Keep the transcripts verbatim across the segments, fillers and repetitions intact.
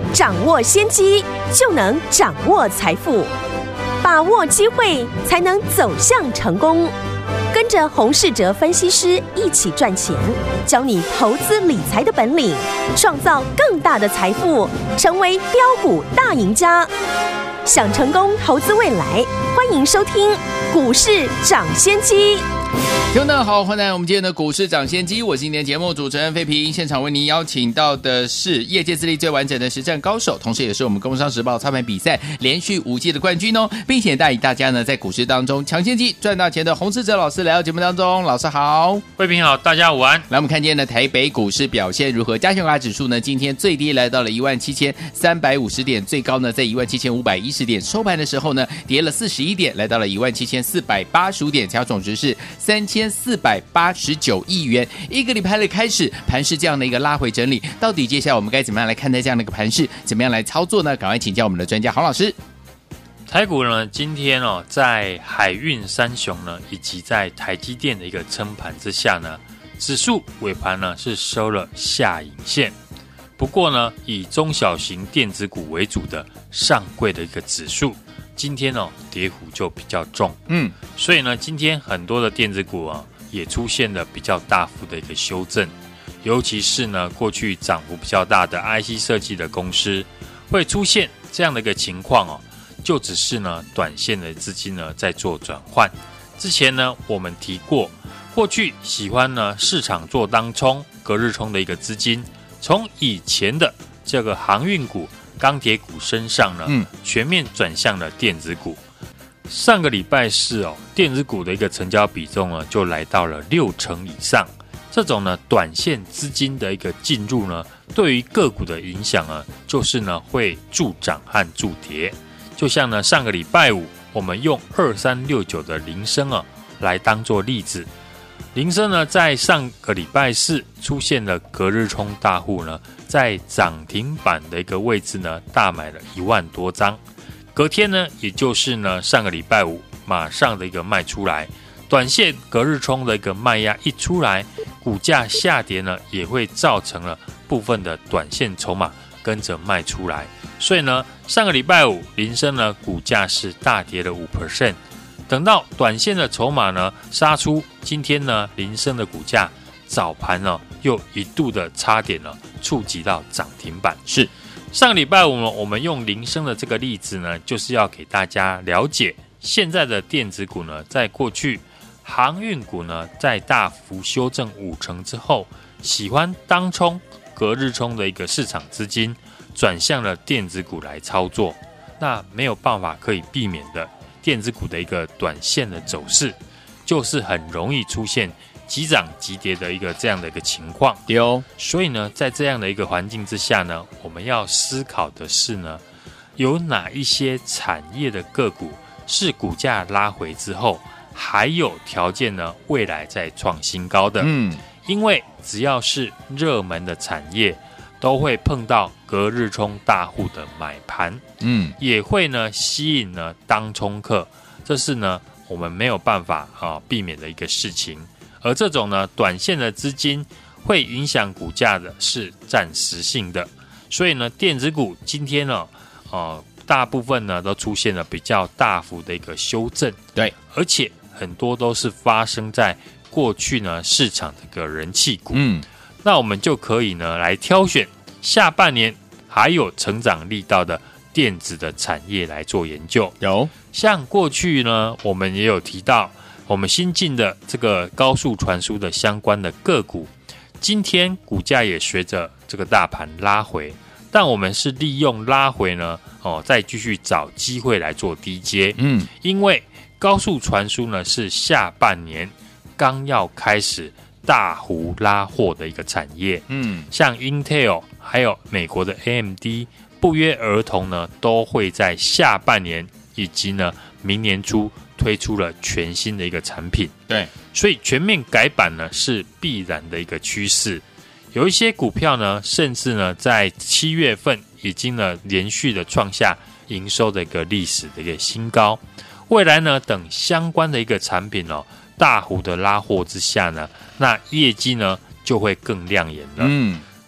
掌握先机，就能掌握财富。把握机会，才能走向成功。跟着洪士哲分析师一起赚钱，教你投资理财的本领，创造更大的财富，成为标股大赢家。想成功投资未来，欢迎收听股市涨先机。 听众们好，欢迎来我们今天的股市涨先机，我是今天节目主持人费平。现场为您邀请到的是业界资历最完整的实战高手，同时也是我们工商时报操盘比赛连续五届的冠军哦，并且带领大家呢在股市当中抢先机赚大钱的洪士哲老师来到节目当中。老师好。 费平好，大家午安。 来，我们看今天的台北股市表现如何？加权股价指数呢，今天最低来到了一万七千三百五十点，最高呢在一万七千五百一十点，收盘的时候呢跌了四十一点，来到了一万七千四百八十五点，成交总值是三千四百八十九亿元。一个礼拜的开始，盘势这样的一个拉回整理，到底接下来我们该怎么样来看待这样的一个盘势？怎么样来操作呢？赶快请教我们的专家洪老师。 台股呢，今天哦，在海运三雄呢，以及在台积电的一个撑盘之下呢，指数尾盘呢是收了下影线。不过呢，以中小型电子股为主的上柜的一个指数，今天哦跌幅就比较重，嗯，所以呢，今天很多的电子股啊也出现了比较大幅的一个修正，尤其是呢过去涨幅比较大的 I C 设计的公司，会出现这样的一个情况哦，就只是呢短线的资金呢在做转换。之前呢我们提过，过去喜欢呢市场做当冲、隔日冲的一个资金，从以前的这个航运股、钢铁股身上呢，嗯，全面转向了电子股。上个礼拜四哦，电子股的一个成交比重呢，就来到了六成以上。这种呢，短线资金的一个进入呢，对于个股的影响呢，就是呢会助涨和助跌。就像呢上个礼拜五，我们用二三六九的菱生啊来当做例子。菱生呢，在上个礼拜四出现了隔日冲大户呢，在涨停板的一个位置呢，大买了一万多张。隔天呢，也就是呢上个礼拜五，马上的一个卖出来，短线隔日冲的一个卖压一出来，股价下跌呢，也会造成了部分的短线筹码跟着卖出来。所以呢，上个礼拜五，菱生呢股价是大跌了 百分之五。等到短线的筹码呢杀出，今天呢菱生的股价早盘呢又一度的差点呢触及到涨停板。是上个礼拜五呢，我们用菱生的这个例子呢，就是要给大家了解现在的电子股呢，在过去航运股呢在大幅修正五成之后，喜欢当冲、隔日冲的一个市场资金转向了电子股来操作。那没有办法可以避免的，电子股的一个短线的走势，就是很容易出现急涨急跌的一个这样的一个情况。 有， 所以呢，在这样的一个环境之下呢，我们要思考的是呢，有哪一些产业的个股是股价拉回之后，还有条件呢，未来再创新高的。嗯，因为只要是热门的产业，都会碰到隔日冲大户的买盘，嗯，也会呢吸引呢当冲客，这是呢我们没有办法啊避免的一个事情。而这种呢短线的资金会影响股价的是暂时性的，所以呢电子股今天呢呃大部分呢都出现了比较大幅的一个修正， 对， 而且很多都是发生在过去呢市场的一个人气股，嗯，那我们就可以呢来挑选下半年还有成长力道的电子的产业来做研究。 有像过去呢我们也有提到我们新进的这个高速传输的相关的个股，今天股价也随着这个大盘拉回，但我们是利用拉回呢哦再继续找机会来做低接，嗯，因为高速传输呢是下半年刚要开始大幅拉货的一个产业，嗯，像 Intel 还有美国的 A M D 不约而同呢都会在下半年以及呢明年初推出了全新的一个产品， 对， 所以全面改版呢是必然的一个趋势。有一些股票呢，甚至呢在七月份已经呢连续的创下营收的一个历史的一个新高。未来呢，等相关的一个产品哦大幅的拉货之下呢，那业绩呢就会更亮眼了。嗯，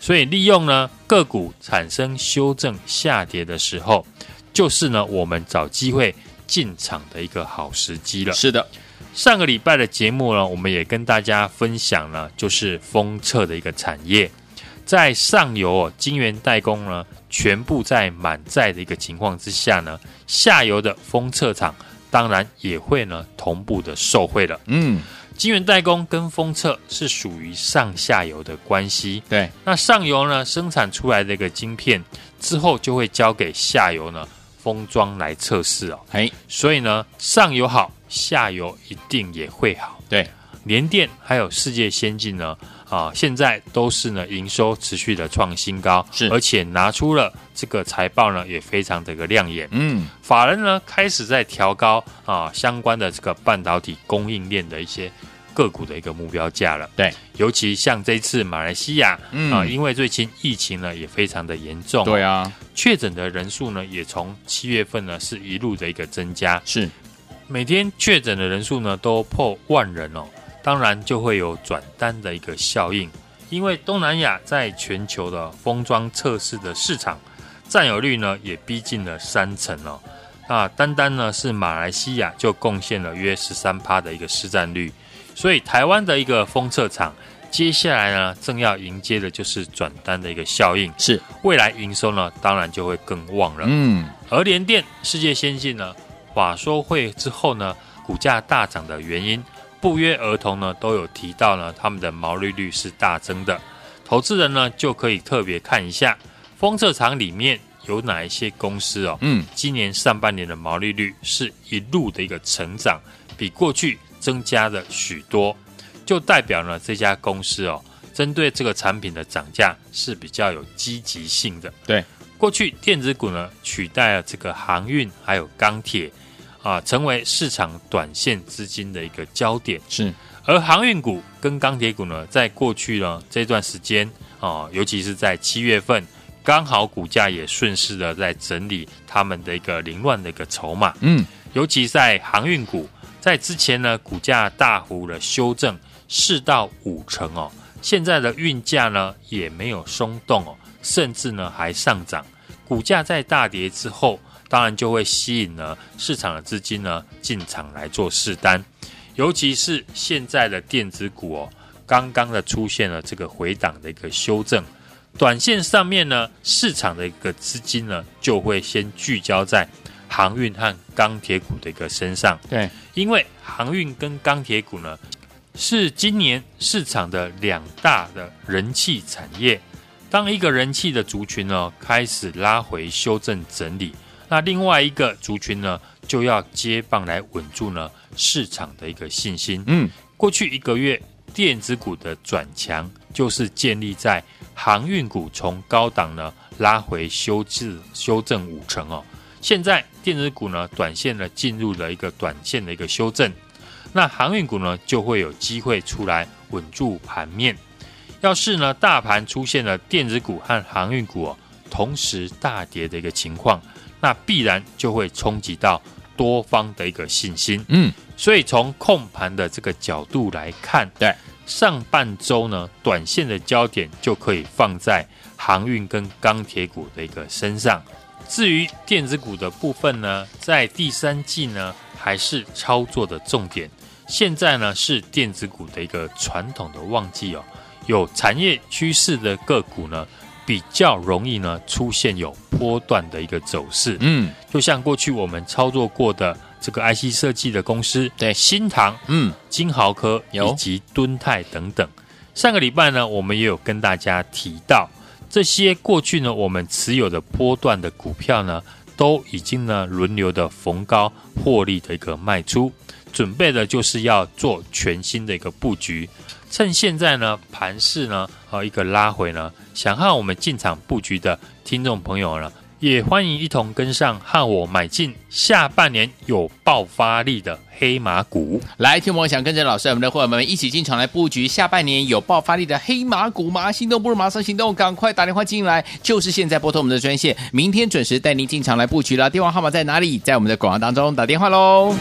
所以利用呢个股产生修正下跌的时候，就是呢我们找机会进场的一个好时机了。 是的， 上个礼拜的节目呢，我们也跟大家分享了，就是封测的一个产业，在上游哦，晶圆代工呢全部在满载的一个情况之下呢，下游的封测厂当然也会呢同步的受惠了。嗯，晶圆代工跟封测是属于上下游的关系。 对， 那上游呢生产出来的一个晶片之后，就会交给下游呢封装来测试哦。 嘿， 所以呢，上游好，下游一定也会好。 对， 联电还有世界先进呢，啊，现在都是呢营收持续的创新高， 是， 而且拿出了这个财报呢，也非常的一个亮眼。 嗯， 法人呢开始在调高啊相关的这个半导体供应链的一些个股的一个目标价了。 对， 尤其像这一次马来西亚、 嗯、 啊，因为最近疫情呢也非常的严重、哦， 对啊， 确诊的人数呢也从七月份呢是一路的一个增加， 是每天确诊的人数呢都破万人哦，当然就会有转单的一个效应，因为东南亚在全球的封装测试的市场占有率呢也逼近了三成哦，啊，单单呢是马来西亚就贡献了约 百分之十三 的一个市占率，所以台湾的一个封测厂接下来呢正要迎接的就是转单的一个效应， 是未来营收呢当然就会更旺了。嗯，而联电、世界先进呢法说会之后呢股价大涨的原因，不约而同呢都有提到呢他们的毛利率是大增的，投资人呢就可以特别看一下封测厂里面有哪一些公司哦，嗯，今年上半年的毛利率是一路的一个成长，比过去增加了许多，就代表呢这家公司哦，针对这个产品的涨价是比较有积极性的。 对， 过去电子股呢取代了这个航运还有钢铁啊，成为市场短线资金的一个焦点。 是， 而航运股跟钢铁股呢，在过去呢这段时间啊，尤其是在七月份，刚好股价也顺势的在整理他们的一个凌乱的一个筹码。嗯，尤其在航运股。在之前呢，股价大幅的修正四到五成哦，现在的运价呢也没有松动哦，甚至呢还上涨。股价在大跌之后，当然就会吸引了市场的资金呢进场来做试单，尤其是现在的电子股哦，刚刚的出现了这个回档的一个修正，短线上面呢，市场的一个资金呢就会先聚焦在航运和钢铁股的一个身上。 对， 因为航运跟钢铁股呢是今年市场的两大的人气产业，当一个人气的族群呢开始拉回修正整理，那另外一个族群呢就要接棒来稳住呢市场的一个信心。嗯，过去一个月电子股的转强就是建立在航运股从高档呢拉回修至修正五成哦，现在电子股呢短线呢进入了一个短线的一个修正，那航运股呢就会有机会出来稳住盘面。要是呢大盘出现了电子股和航运股哦同时大跌的一个情况，那必然就会冲击到多方的一个信心。嗯，所以从控盘的这个角度来看，对上半周呢短线的焦点就可以放在航运跟钢铁股的一个身上。至于电子股的部分呢，在第三季呢还是操作的重点。现在呢是电子股的一个传统的旺季哦，有产业趋势的个股呢比较容易呢出现有波段的一个走势。嗯，就像过去我们操作过的这个 I C 设计的公司，对，新唐、嗯、金豪科以及敦泰等等。上个礼拜呢，我们也有跟大家提到。这些过去呢，我们持有的波段的股票呢，都已经呢轮流的逢高获利的一个卖出，准备的就是要做全新的一个布局。趁现在呢盘势呢呃一个拉回呢，想和我们进场布局的听众朋友呢，也欢迎一同跟上，和我买进下半年有爆发力的黑马股。 来，听我想跟着老师我们的伙伴们一起进场来布局下半年有爆发力的黑马股吗？心动不如马上行动，赶快打电话进来，就是现在拨通我们的专线，明天准时带您进场来布局了。电话号码在哪里？在我们的广告当中打电话咯。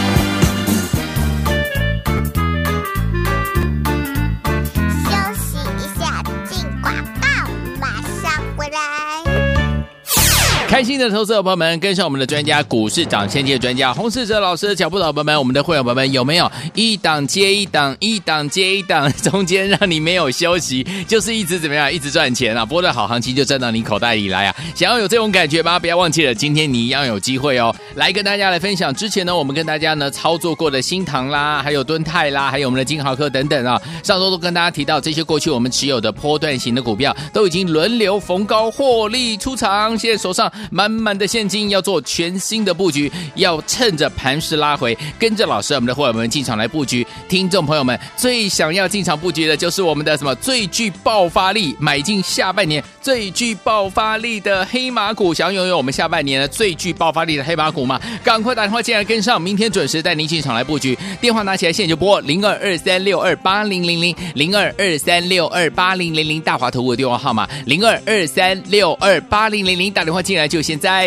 休息开心的投资者朋友们，跟上我们的专家股市涨先机的专家洪士哲老师的脚步的朋友们，我们的会员朋友们有没有一档接一档，一档接一档，中间让你没有休息，就是一直怎么样，一直赚钱啊？波段好行情就赚到你口袋里来啊！想要有这种感觉吗？不要忘记了，今天你一样有机会哦。来跟大家来分享，之前呢，我们跟大家呢操作过的新唐啦，还有敦泰啦，还有我们的金豪科等等啊，上周都跟大家提到，这些过去我们持有的波段型的股票都已经轮流逢高获利出场，现在手上满满的现金，要做全新的布局，要趁着盘势拉回，跟着老师我们的伙伴们进场来布局。听众朋友们最想要进场布局的就是我们的什么最具爆发力，买进下半年最具爆发力的黑马股，想要拥有我们下半年的最具爆发力的黑马股吗？赶快打电话进来跟上，明天准时带您进场来布局。电话拿起来现在就拨零二二三六二八零零零零二二三六二八零零零大华投顾的电话号码零二二三六二八零零零，打电话进来就现在。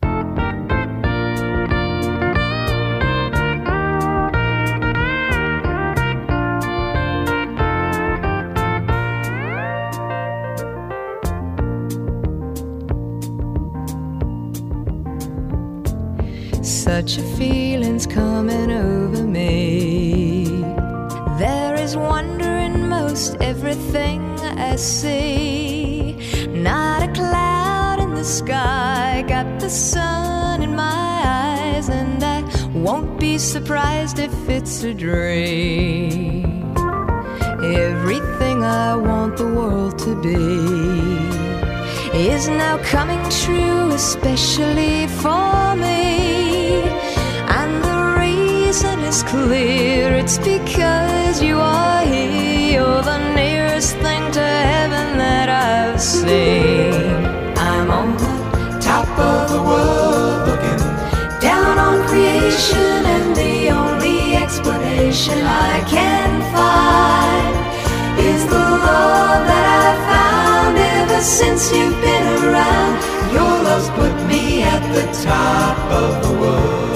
Such a feeling's coming over me. There is wonder in most everything I see. Not a cloud in the sky, got the sun in my eyes, and I won't be surprised if it's a dream. Everything I want the world to be is now coming true, especially for me. And the reason is clear, it's because you are here. You're the nearest thing to heaven that I've seen. I'm on the top of the world, looking down on creation, and the only explanation I can find is the love that I found ever since you've been around. Your love's put me at the top of the world.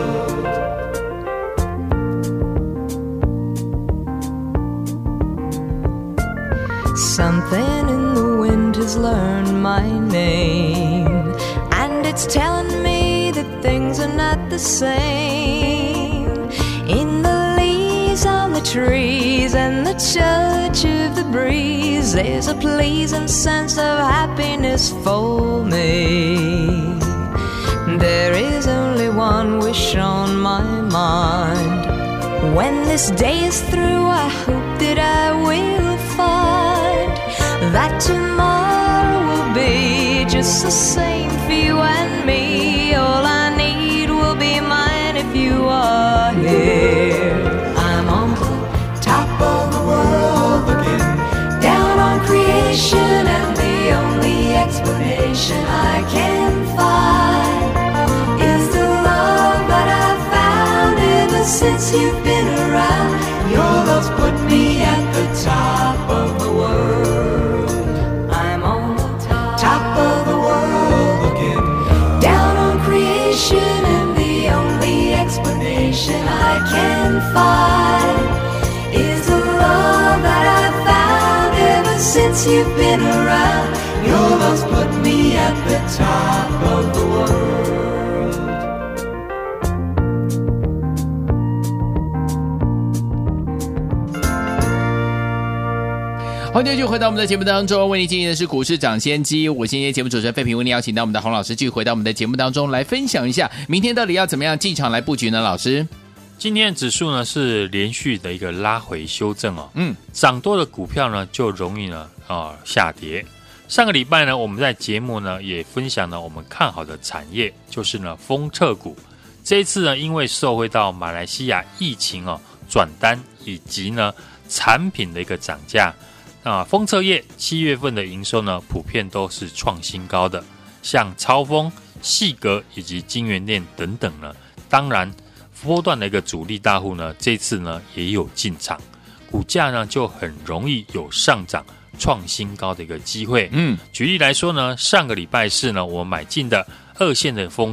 Something in the wind has learned my name, and it's telling me that things are not the same. In the leaves on the trees and the touch of the breeze, there's a pleasing sense of happiness for me. There is only one wish on my mind. When this day is through, I hope that I will find that tomorrow will be just the same for you and me. All I need will be mine if you are here. I'm on the top of the world, looking down on creation, and the only explanation I can find is the love that I've found ever since you've been around. Your love's put me at the top of the world. I'm on the top of the world, looking down on creation, and the only explanation I can find is the love that I've found ever since you've been around. Your love's put me at the top of the world. 欢迎继续回到我们的节目当中，为您进行的是股市涨先机。我今天节目主持人费平为您邀请到我们的洪老师继续回到我们的节目当中来分享一下，明天到底要怎么样进场来布局呢？老师， 今天的指数呢是连续的一个拉回修正哦， 嗯， 涨多的股票呢就容易呢啊、呃、下跌。上个礼拜呢，我们在节目呢也分享了我们看好的产业，就是呢封测股。这一次呢，因为受惠到马来西亚疫情哦转单以及呢产品的一个涨价。啊，封测业七月份的营收呢，普遍都是创新高的，像超丰、细格以及金源店等等呢。当然，波段的一个主力大户呢，这次呢也有进场，股价呢就很容易有上涨、创新高的一个机会。嗯，举例来说呢，上个礼拜四呢，我买进的二线的封测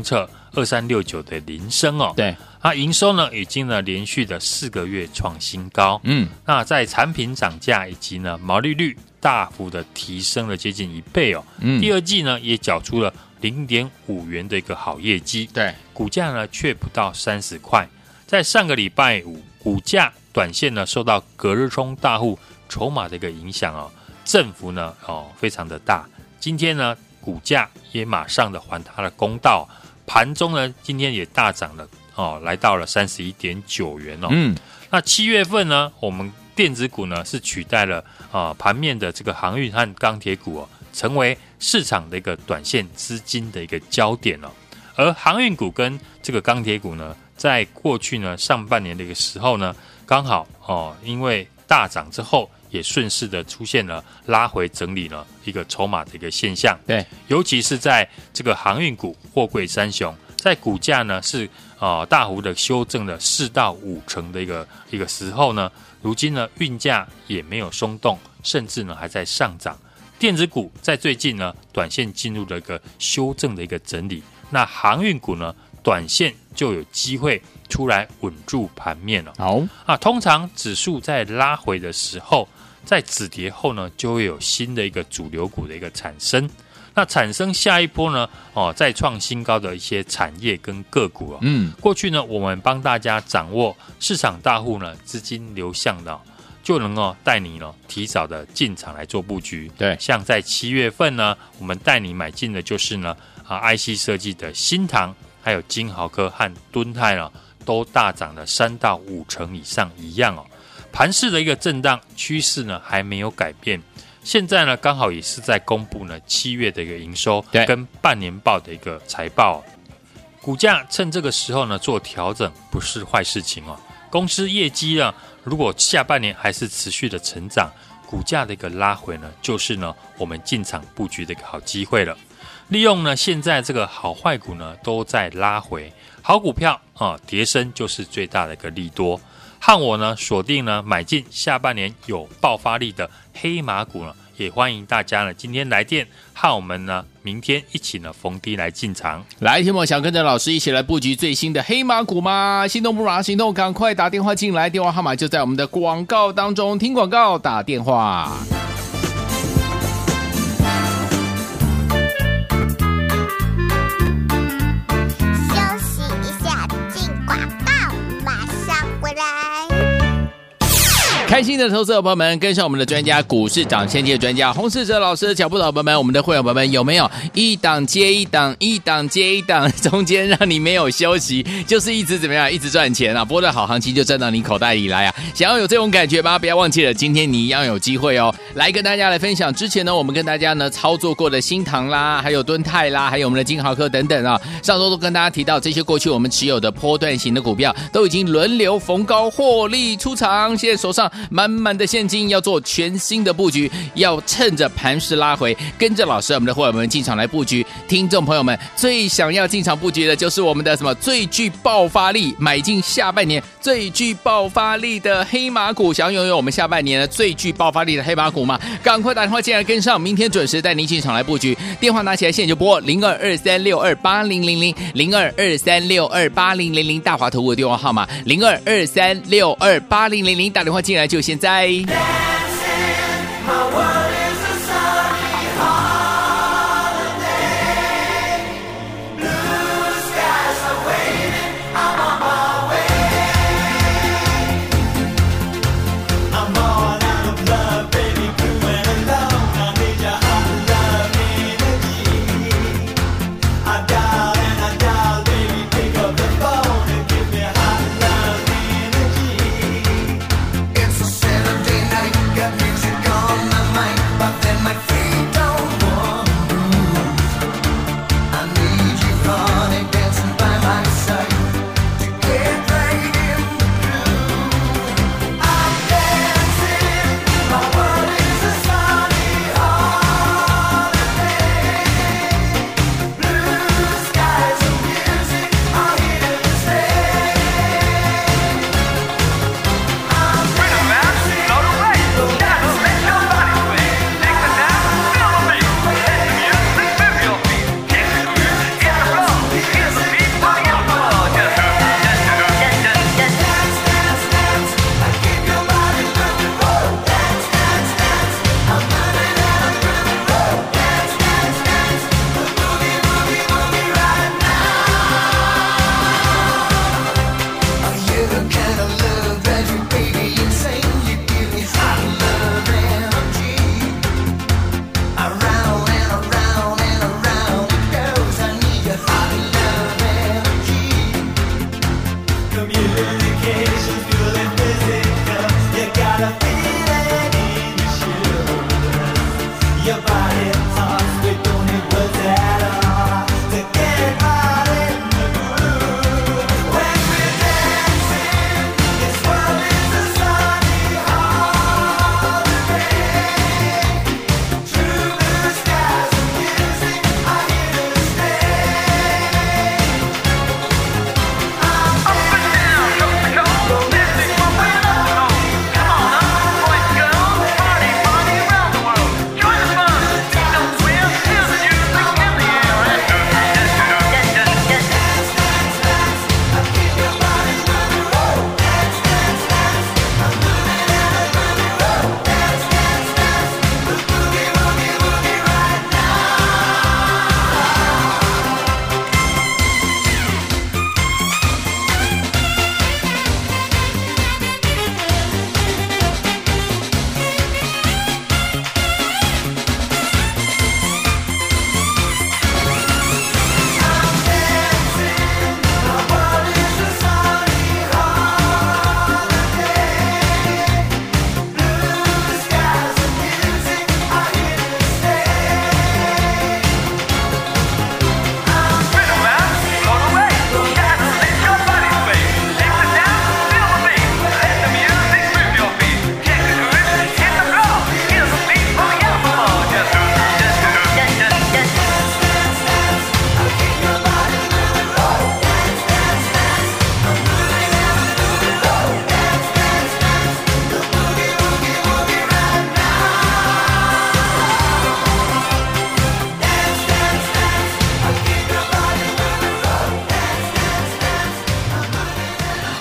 二三六九的林升哦， 对， 它营收呢已经呢连续的四个月创新高， 嗯， 那在产品涨价以及呢毛利率大幅的提升了接近一倍哦， 嗯第二季呢也缴出了零点五元的一个好业绩， 对， 股价呢却不到三十块，在上个礼拜五，股价短线呢受到隔日冲大户筹码的一个影响哦，振幅呢哦非常的大，今天呢股价也马上的还它的公道，盘中呢今天也大涨了哦，来到了三十一点九元哦， 嗯， 那七月份呢，我们电子股呢是取代了啊盘面的这个航运和钢铁股哦，成为市场的一个短线资金的一个焦点哦。而航运股跟这个钢铁股呢，在过去呢上半年的一个时候呢，刚好哦，因为大涨之后，也顺势的出现了拉回整理了一个筹码的一个现象。 对， 尤其是在这个航运股货柜三雄，在股价呢是啊、呃、大幅的修正了四到五成的一个一个时候呢，如今呢运价也没有松动，甚至呢还在上涨。电子股在最近呢短线进入了一个修正的一个整理，那航运股呢短线就有机会出来稳住盘面了。 好啊，通常指数在拉回的时候，在止跌后呢，就会有新的一个主流股的一个产生。那产生下一波呢，哦，再创新高的一些产业跟个股哦。 嗯， 过去呢，我们帮大家掌握市场大户呢资金流向的、哦，就能够带你呢提早的进场来做布局。 对， 像在七月份呢，我们带你买进的就是呢啊 I C 设计的新唐，还有金豪科和敦泰呢，都大涨了三到五成以上一样哦。盘势的一个震荡趋势呢还没有改变。现在呢，刚好也是在公布呢七月的一个营收跟半年报的一个财报、哦，股价趁这个时候呢做调整不是坏事情哦。公司业绩呢，如果下半年还是持续的成长，股价的一个拉回呢，就是呢我们进场布局的一个好机会了。利用呢现在这个好坏股呢都在拉回，好股票啊跌升就是最大的一个利多。和我呢锁定呢买进下半年有爆发力的黑马股呢，也欢迎大家呢今天来电和我们呢明天一起呢逢低来进场。 来，听我想跟着老师一起来布局最新的黑马股吗？心动不如行动，赶快打电话进来，电话号码就在我们的广告当中，听广告打电话。开心的投资者朋友们，跟上我们的专家股市涨先机的专家洪士哲老师的脚步的朋友们，我们的会员朋友们有没有一档接一档，一档接一档，中间让你没有休息，就是一直怎么样，一直赚钱啊！波段好行情就赚到你口袋里来啊！想要有这种感觉吗？不要忘记了，今天你一样有机会哦！来跟大家来分享，之前呢，我们跟大家呢操作过的新唐啦，还有敦泰啦，还有我们的金豪科等等啊，上周都跟大家提到这些过去我们持有的波段型的股票，都已经轮流逢高获利出场，现在手上满满的现金，要做全新的布局，要趁着盘势拉回，跟着老师我们的伙伴们进场来布局。听众朋友们最想要进场布局的就是我们的什么最具爆发力，买进下半年最具爆发力的黑马股。想要拥有我们下半年的最具爆发力的黑马股吗？赶快打电话进来跟上，明天准时带您进场来布局。电话拿起来现在就拨零二二三六二八零零零零二二三六二八零零零大华投顾的电话号码零二二三六二八零零零，打电话进来就现在。 It's a Saturday night.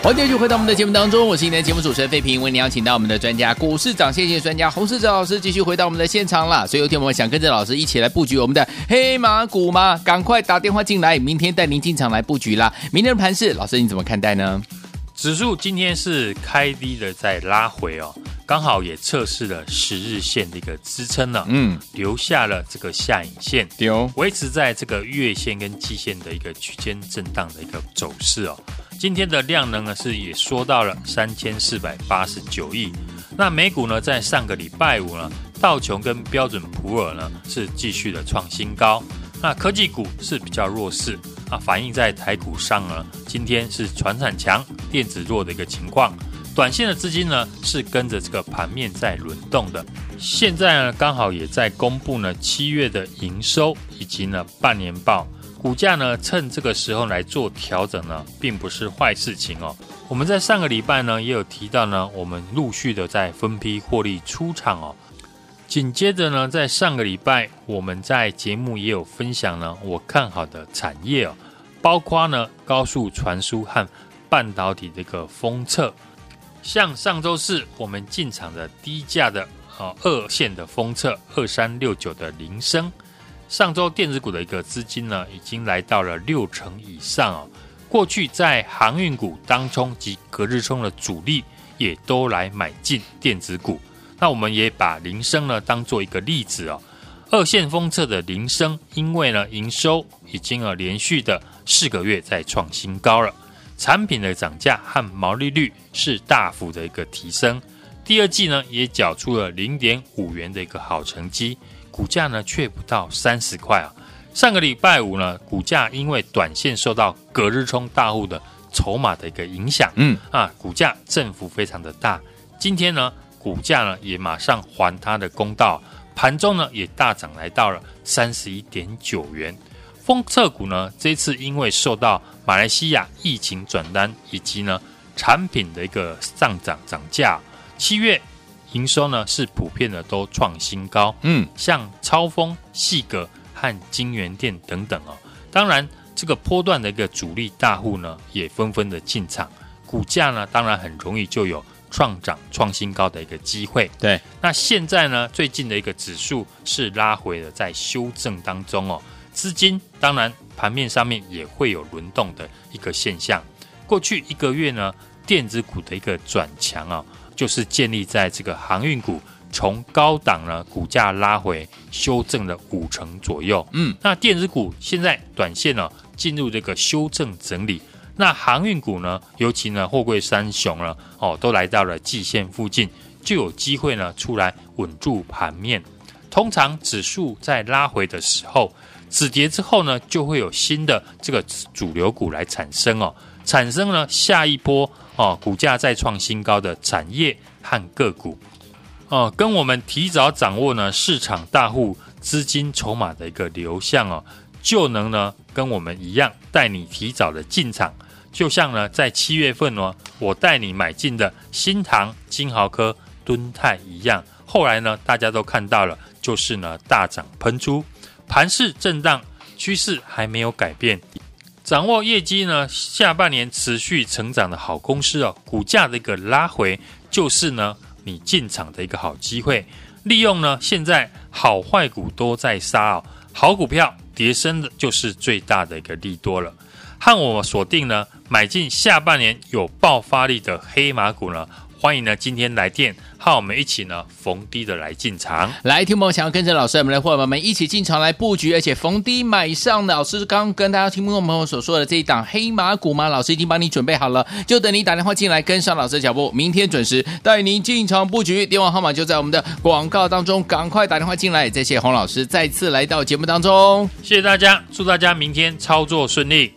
欢迎继续回到我们的节目当中，我是今天的节目主持人费平，为您邀请到我们的专家股市涨跌线专家洪士哲老师继续回到我们的现场啦。所以有天我们想跟着老师一起来布局我们的黑马股吗？赶快打电话进来，明天带您进场来布局啦。明天的盘势，老师你怎么看待呢？ 指数今天是开低的在拉回哦，刚好也测试了十日线的一个支撑呢，嗯，留下了这个下影线， 丢维持在这个月线跟季线的一个区间震荡的一个走势哦。今天的量能呢是也说到了三千四百八十九亿。那美股呢在上个礼拜五呢，道琼跟标准普尔呢是继续的创新高。那科技股是比较弱势啊，反映在台股上呢，今天是传产强、电子弱的一个情况。短线的资金呢是跟着这个盘面在轮动的。现在呢刚好也在公布呢七月的营收以及呢半年报，股价呢趁这个时候来做调整呢，并不是坏事情哦。我们在上个礼拜呢也有提到呢，我们陆续的在分批获利出场哦。紧接着呢，在上个礼拜我们在节目也有分享呢，我看好的产业哦，包括呢高速传输和半导体的一个封测。像上周四我们进场的低价的呃二线的封测二三六九的菱生，上周电子股的一个资金呢，已经来到了六成以上哦。过去在航运股当冲及隔日冲的主力也都来买进电子股。那我们也把菱生呢当做一个例子哦。二线封测的菱生，因为呢营收已经呃连续的四个月在创新高了，产品的涨价和毛利率是大幅的一个提升。第二季呢也缴出了 零点五元的一个好成绩，股价呢却不到三十块啊。上个礼拜五呢，股价因为短线受到隔日冲大户的筹码的一个影响，嗯啊，股价振幅非常的大。今天呢，股价呢也马上还它的公道，盘中呢也大涨来到了 三十一点九元。封测股呢，这次因为受到马来西亚疫情转单以及呢产品的一个上涨涨价，七月营收呢是普遍的都创新高，嗯，像超丰、细格和金源店等等哦。当然，这个波段的一个主力大户呢也纷纷的进场，股价呢当然很容易就有创涨创新高的一个机会。 对， 那现在呢，最近的一个指数是拉回了，在修正当中哦。资金当然盘面上面也会有轮动的一个现象。过去一个月呢，电子股的一个转强啊，就是建立在这个航运股从高档呢股价拉回，修正了五成左右。嗯，那电子股现在短线呢进入这个修正整理。那航运股呢，尤其呢货柜三雄呢，哦，都来到了季线附近，就有机会呢出来稳住盘面。通常指数在拉回的时候，止跌之后呢，就会有新的这个主流股来产生哦，产生呢下一波哦股价再创新高的产业和个股哦，跟我们提早掌握呢市场大户资金筹码的一个流向哦，就能呢跟我们一样带你提早的进场。就像呢，在七月份呢，我带你买进的新唐、金豪科、敦泰一样，后来呢，大家都看到了，就是呢大涨喷出，盘势震荡，趋势还没有改变。掌握业绩呢，下半年持续成长的好公司哦，股价的一个拉回，就是呢你进场的一个好机会。利用呢现在好坏股都在杀哦，好股票跌升的就是最大的一个利多了。和我锁定呢买进下半年有爆发力的黑马股呢，欢迎呢今天来电和我们一起呢逢低的来进场。 来，听众朋友想要跟着老师我们的伙伴们一起进场来布局，而且逢低买上的老师刚刚跟大家听众朋友所说的这一档黑马股吗？老师已经帮你准备好了，就等你打电话进来跟上老师的脚步，明天准时带您进场布局。电话号码就在我们的广告当中，赶快打电话进来。谢谢洪老师再次来到节目当中， 谢谢大家，祝大家明天操作顺利。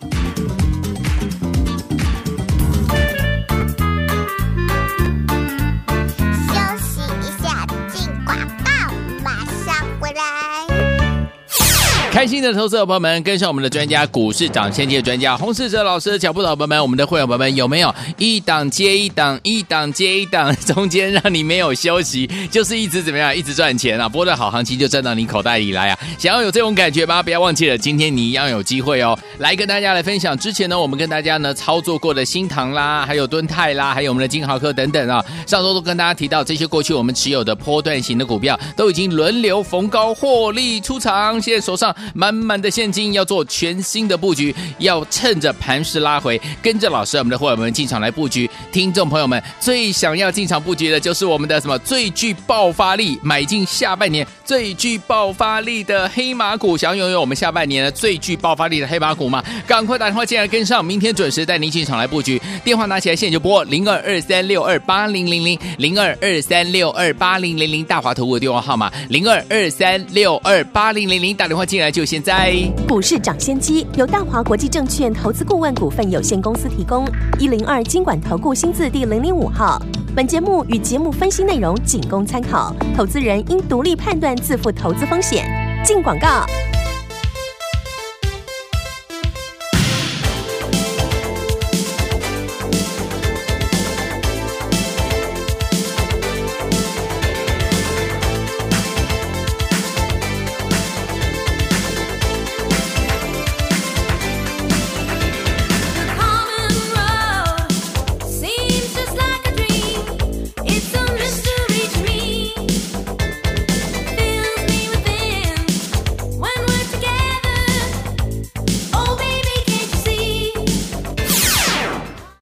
开心的投资者朋友们，跟上我们的专家股市涨先机的专家洪士哲老师的脚步的朋友们，我们的会员朋友们有没有一档接一档，一档接一档，中间让你没有休息，就是一直怎么样，一直赚钱啊？波段好行情就赚到你口袋里来啊！想要有这种感觉吗？不要忘记了，今天你一样有机会哦。来跟大家来分享，之前呢，我们跟大家呢操作过的新唐啦，还有敦泰啦，还有我们的金豪科等等啊，上周都跟大家提到，这些过去我们持有的波段型的股票都已经轮流逢高获利出场，现在手上满满的现金，要做全新的布局，要趁着盘势拉回，跟着老师我们的伙伴们进场来布局。听众朋友们最想要进场布局的就是我们的什么最具爆发力，买进下半年最具爆发力的黑马股，想要拥有我们下半年的最具爆发力的黑马股吗？赶快打电话进来跟上，明天准时带您进场来布局。电话拿起来现在就拨零二二三六二八零零零零二二三六二八零零零大华投顾的电话号码零二二三六二八零零零，打电话进来就现在。 股市涨先机由大华国际证券投资顾问股份有限公司提供，一零二金管投顾新字第零零五号。本节目与节目分析内容仅供参考，投资人应独立判断，自负投资风险。进广告。